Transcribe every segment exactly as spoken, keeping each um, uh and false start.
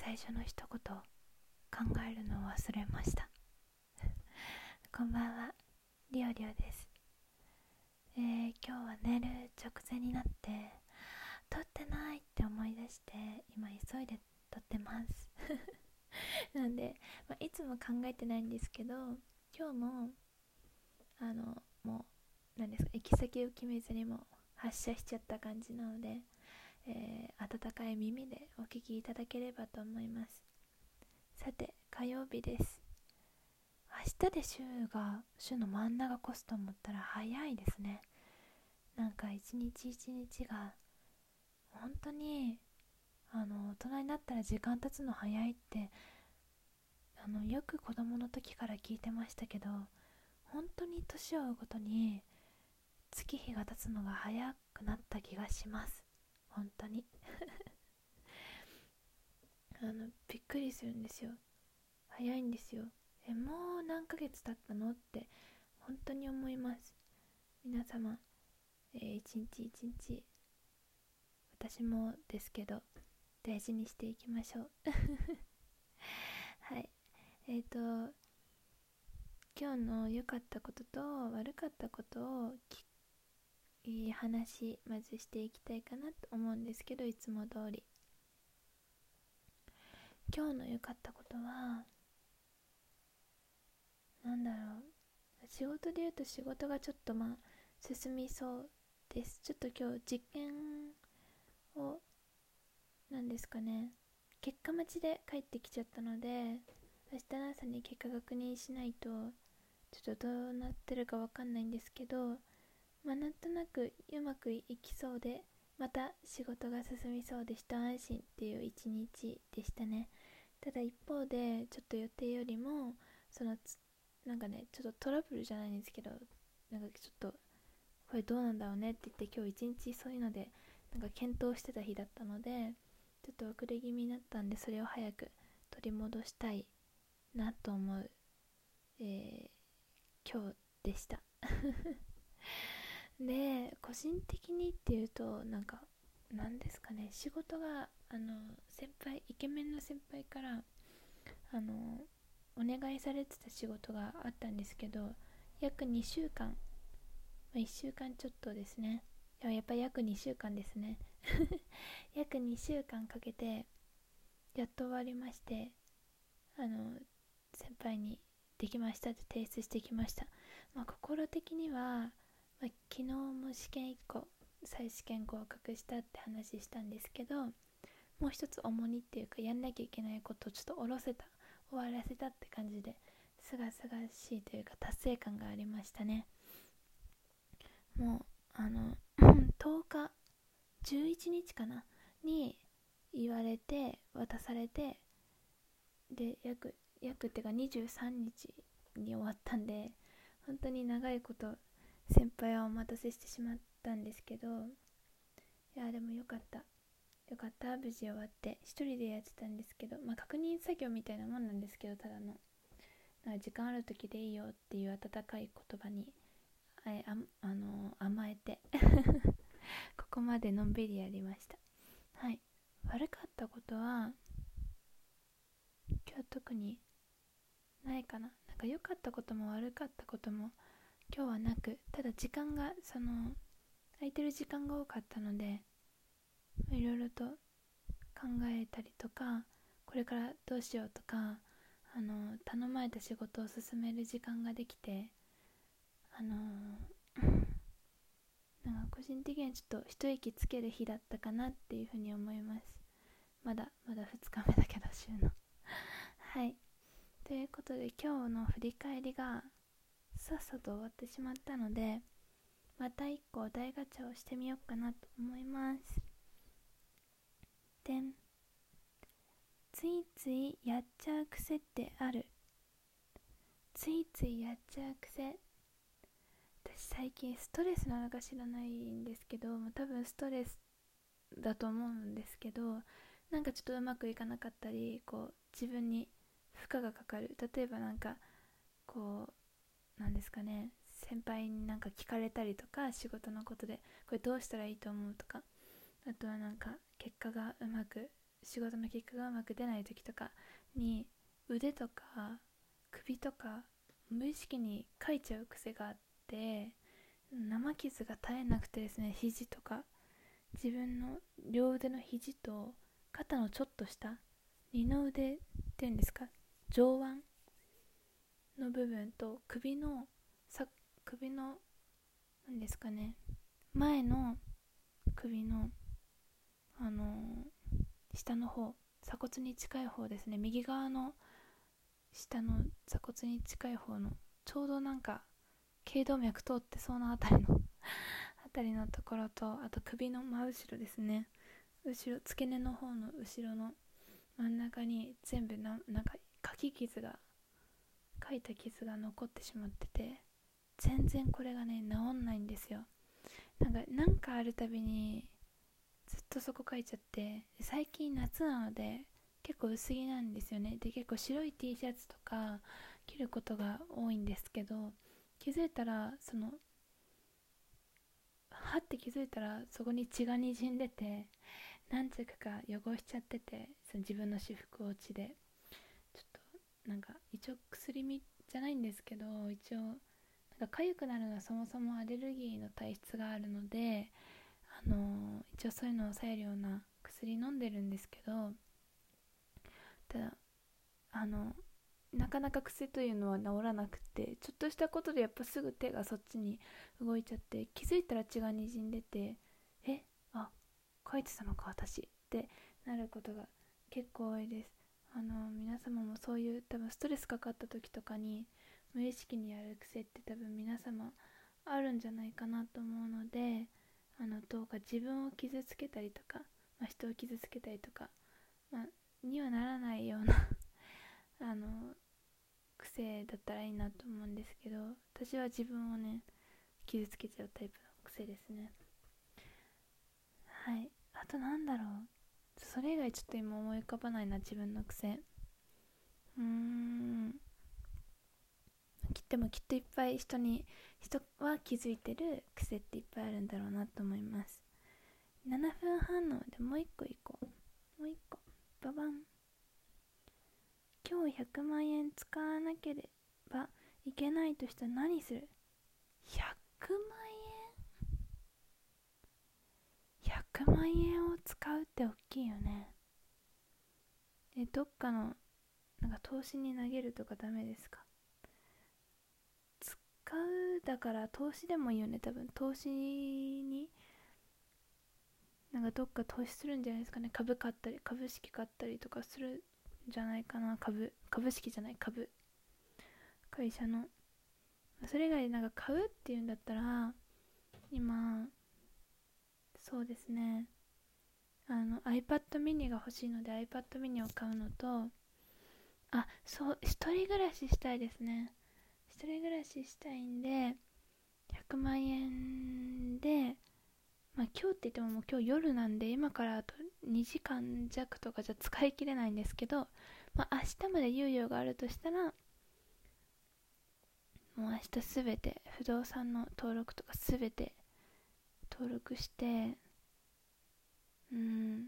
最初の一言考えるのを忘れましたこんばんは、りおりおです。えー、今日は寝る直前になって撮ってないって思い出して、今急いで撮ってますなんで、まあ、いつも考えてないんですけど、今日もあのもう何ですか、行き先を決めずにも発車しちゃった感じなので、えー、温かい耳でお聞きいただければと思います。さて、火曜日です。明日で週が週の真ん中越すと思ったら早いですね。なんか一日一日が本当にあの大人になったら時間経つの早いってあのよく子供の時から聞いてましたけど、本当に年を追うごとに月日が経つのが早くなった気がします。本当にあのびっくりするんですよ。早いんですよ。えもう何ヶ月経ったのって本当に思います。皆様、えー、一日一日、私もですけど大事にしていきましょうはい、えーと今日の良かったことと悪かったことをいい話まずしていきたいかなと思うんですけど、いつも通り今日の良かったことはなんだろう、仕事で言うと仕事がちょっとまあ進みそうです。ちょっと今日実験をなんですかね、結果待ちで帰ってきちゃったので、明日の朝に結果確認しないとちょっとどうなってるかわかんないんですけど、まあなんとなくうまくいきそうで、また仕事が進みそうで一安心っていう一日でしたね。ただ一方でちょっと予定よりもそのなんかね、ちょっとトラブルじゃないんですけど、なんかちょっとこれどうなんだろうねって言って今日一日そういうのでなんか検討してた日だったので、ちょっと遅れ気味になったんで、それを早く取り戻したいなと思う、えー、今日でしたで、個人的にっていうとなんかなんですかね、仕事があの先輩イケメンの先輩からあのお願いされてた仕事があったんですけど、約にしゅうかん、まあ、いっしゅうかんちょっとですね。いや、やっぱ約にしゅうかんですね約にしゅうかんかけてやっと終わりまして、あの先輩にできましたって提出してきました。まあ、心的には、まあ、昨日も試験いっこ再試験合格したって話したんですけど、もう一つ重荷っていうかやんなきゃいけないことをちょっと下ろせた、終わらせたって感じで、すがすがしいというか達成感がありましたね。もうあのとおかじゅういちにちかなに言われて渡されて、で約約ってかにじゅうさんにちに終わったんで、本当に長いこと先輩はお待たせしてしまったんですけど、いやでもよかったよかった、無事終わって。一人でやってたんですけど、まあ確認作業みたいなもんなんですけど、ただのなんか時間ある時でいいよっていう温かい言葉にあああの甘えてここまでのんびりやりました。はい。悪かったことは今日特にないかな。なんか良かったことも悪かったことも今日はなく、ただ時間がその空いてる時間が多かったので、いろいろと考えたりとか、これからどうしようとか、あの頼まれた仕事を進める時間ができて、あのなんか個人的にはちょっと一息つける日だったかなっていうふうに思います。まだまだふつかめだけど週のはい、ということで今日の振り返りがさっさと終わってしまったので、また一個大ガチャをしてみようかなと思います。でん、ついついやっちゃう癖ってある。ついついやっちゃう癖、私最近ストレスなのか知らないんですけど、多分ストレスだと思うんですけど、なんかちょっとうまくいかなかったり、こう自分に負荷がかかる。例えばなんかこうなんですかね、先輩になんか聞かれたりとか、仕事のことでこれどうしたらいいと思うとか、あとはなんか結果がうまく仕事の結果がうまく出ない時とかに腕とか首とか無意識にかいちゃう癖があって、生傷が絶えなくてですね、肘とか自分の両腕の肘と肩のちょっと下二の腕っていうんですか、上腕の部分と首のさ首のなんですかね、前の首のあのー、下の方、鎖骨に近い方ですね、右側の下の鎖骨に近い方のちょうどなんか頸動脈通ってそうなあたりのあたりのところと、あと首の真後ろですね、後ろ付け根の方の後ろの真ん中に全部ななんかかき傷がかいた傷が残ってしまってて、全然これがね治んないんですよ。なんかなんかあるたびにずっとそこかいちゃって、最近夏なので結構薄着なんですよね。で結構白い T シャツとか着ることが多いんですけど、気づいたらそのはって気づいたらそこに血がにじんでて、何着か汚しちゃってて、その自分の私服を血でちょっとなんか一応薬みじゃないんですけど、一応なんか痒くなるのはそもそもアレルギーの体質があるので、あのー、一応そういうのを抑えるような薬飲んでるんですけど、ただあのなかなか癖というのは治らなくて、ちょっとしたことでやっぱすぐ手がそっちに動いちゃって、気づいたら血がにじんでて、えあ書いてたのか私ってなることが結構多いです。あの皆様もそういう多分ストレスかかった時とかに無意識にやる癖って多分皆様あるんじゃないかなと思うので、あのどうか自分を傷つけたりとか、まあ、人を傷つけたりとか、まあ、にはならないようなあの癖だったらいいなと思うんですけど、私は自分をね傷つけちゃうタイプの癖ですね。はい。あとなんだろう、それ以外ちょっと今思い浮かばないな、自分の癖。うーんきでもきっといっぱい人に人は気づいてる癖っていっぱいあるんだろうなと思います。ななふんはんなのでもう一個いこう。もう一個ババン。今日ひゃくまんえん使わなければいけないとしたら何する？ ひゃく 万円 ひゃく 万円を使うって大きいよね。えどっかのなんか投資に投げるとかダメですか？使うだから投資でもいいよね。多分投資になんかどっか投資するんじゃないですかね。株買ったり株式買ったりとかするんじゃないかな。株株式じゃない株会社の。それ以外でなんか買うっていうんだったら今そうですね、あの iPad mini が欲しいので iPad mini を買うのと、あそう一人暮らししたいですね。一人暮らししたいんでひゃくまんえんで、まあ今日って言ってももう今日夜なんで今からあとにじかん弱とかじゃ使い切れないんですけど、まあ明日まで猶予があるとしたらもう明日すべて不動産の登録とかすべて登録して、うーん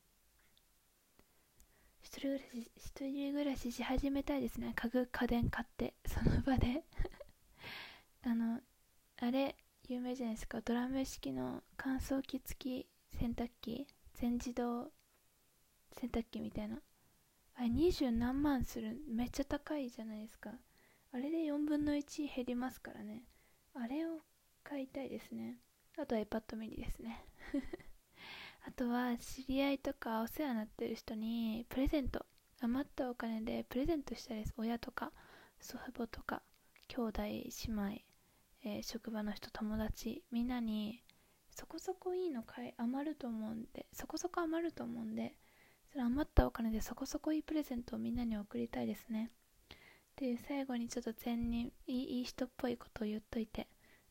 一人暮らし一人暮らしし始めたいですね。家具家電買ってその場であのあれ有名じゃないですか、ドラム式の乾燥機付き洗濯機、全自動洗濯機みたいな、あれにじゅう何万する、めっちゃ高いじゃないですか。あれでよんぶんのいち減りますからね。あれを買いたいですね。あとは iPad mini ですねあとは知り合いとかお世話になってる人にプレゼント、余ったお金でプレゼントしたいです。親とか祖父母とか兄弟姉妹、えー職場の人、友達、みんなにそこそこいいの買い余ると思うんでそこそこ余ると思うんでその余ったお金でそこそこいいプレゼントをみんなに送りたいですね。っていう最後にちょっと善人いいいい人っぽいことを言っといて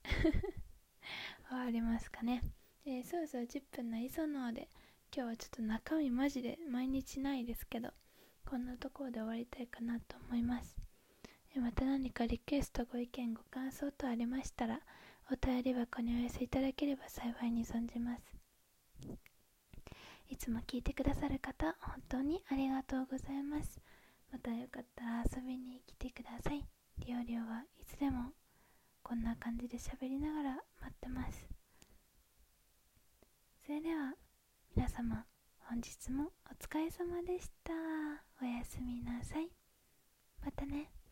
終わりますかね。えー、そろそろじゅっぷんになりそうなので今日はちょっと中身マジで毎日ないですけどこんなところで終わりたいかなと思います。えー、また何かリクエストご意見ご感想とありましたらお便り箱にお寄せいただければ幸いに存じます。 いつも聞いてくださる方、本当にありがとうございます。またよかったら遊びに来てください。りょうりょうはいつでもこんな感じで喋りながら待ってます。それでは皆様、本日もお疲れ様でした。おやすみなさい。またね。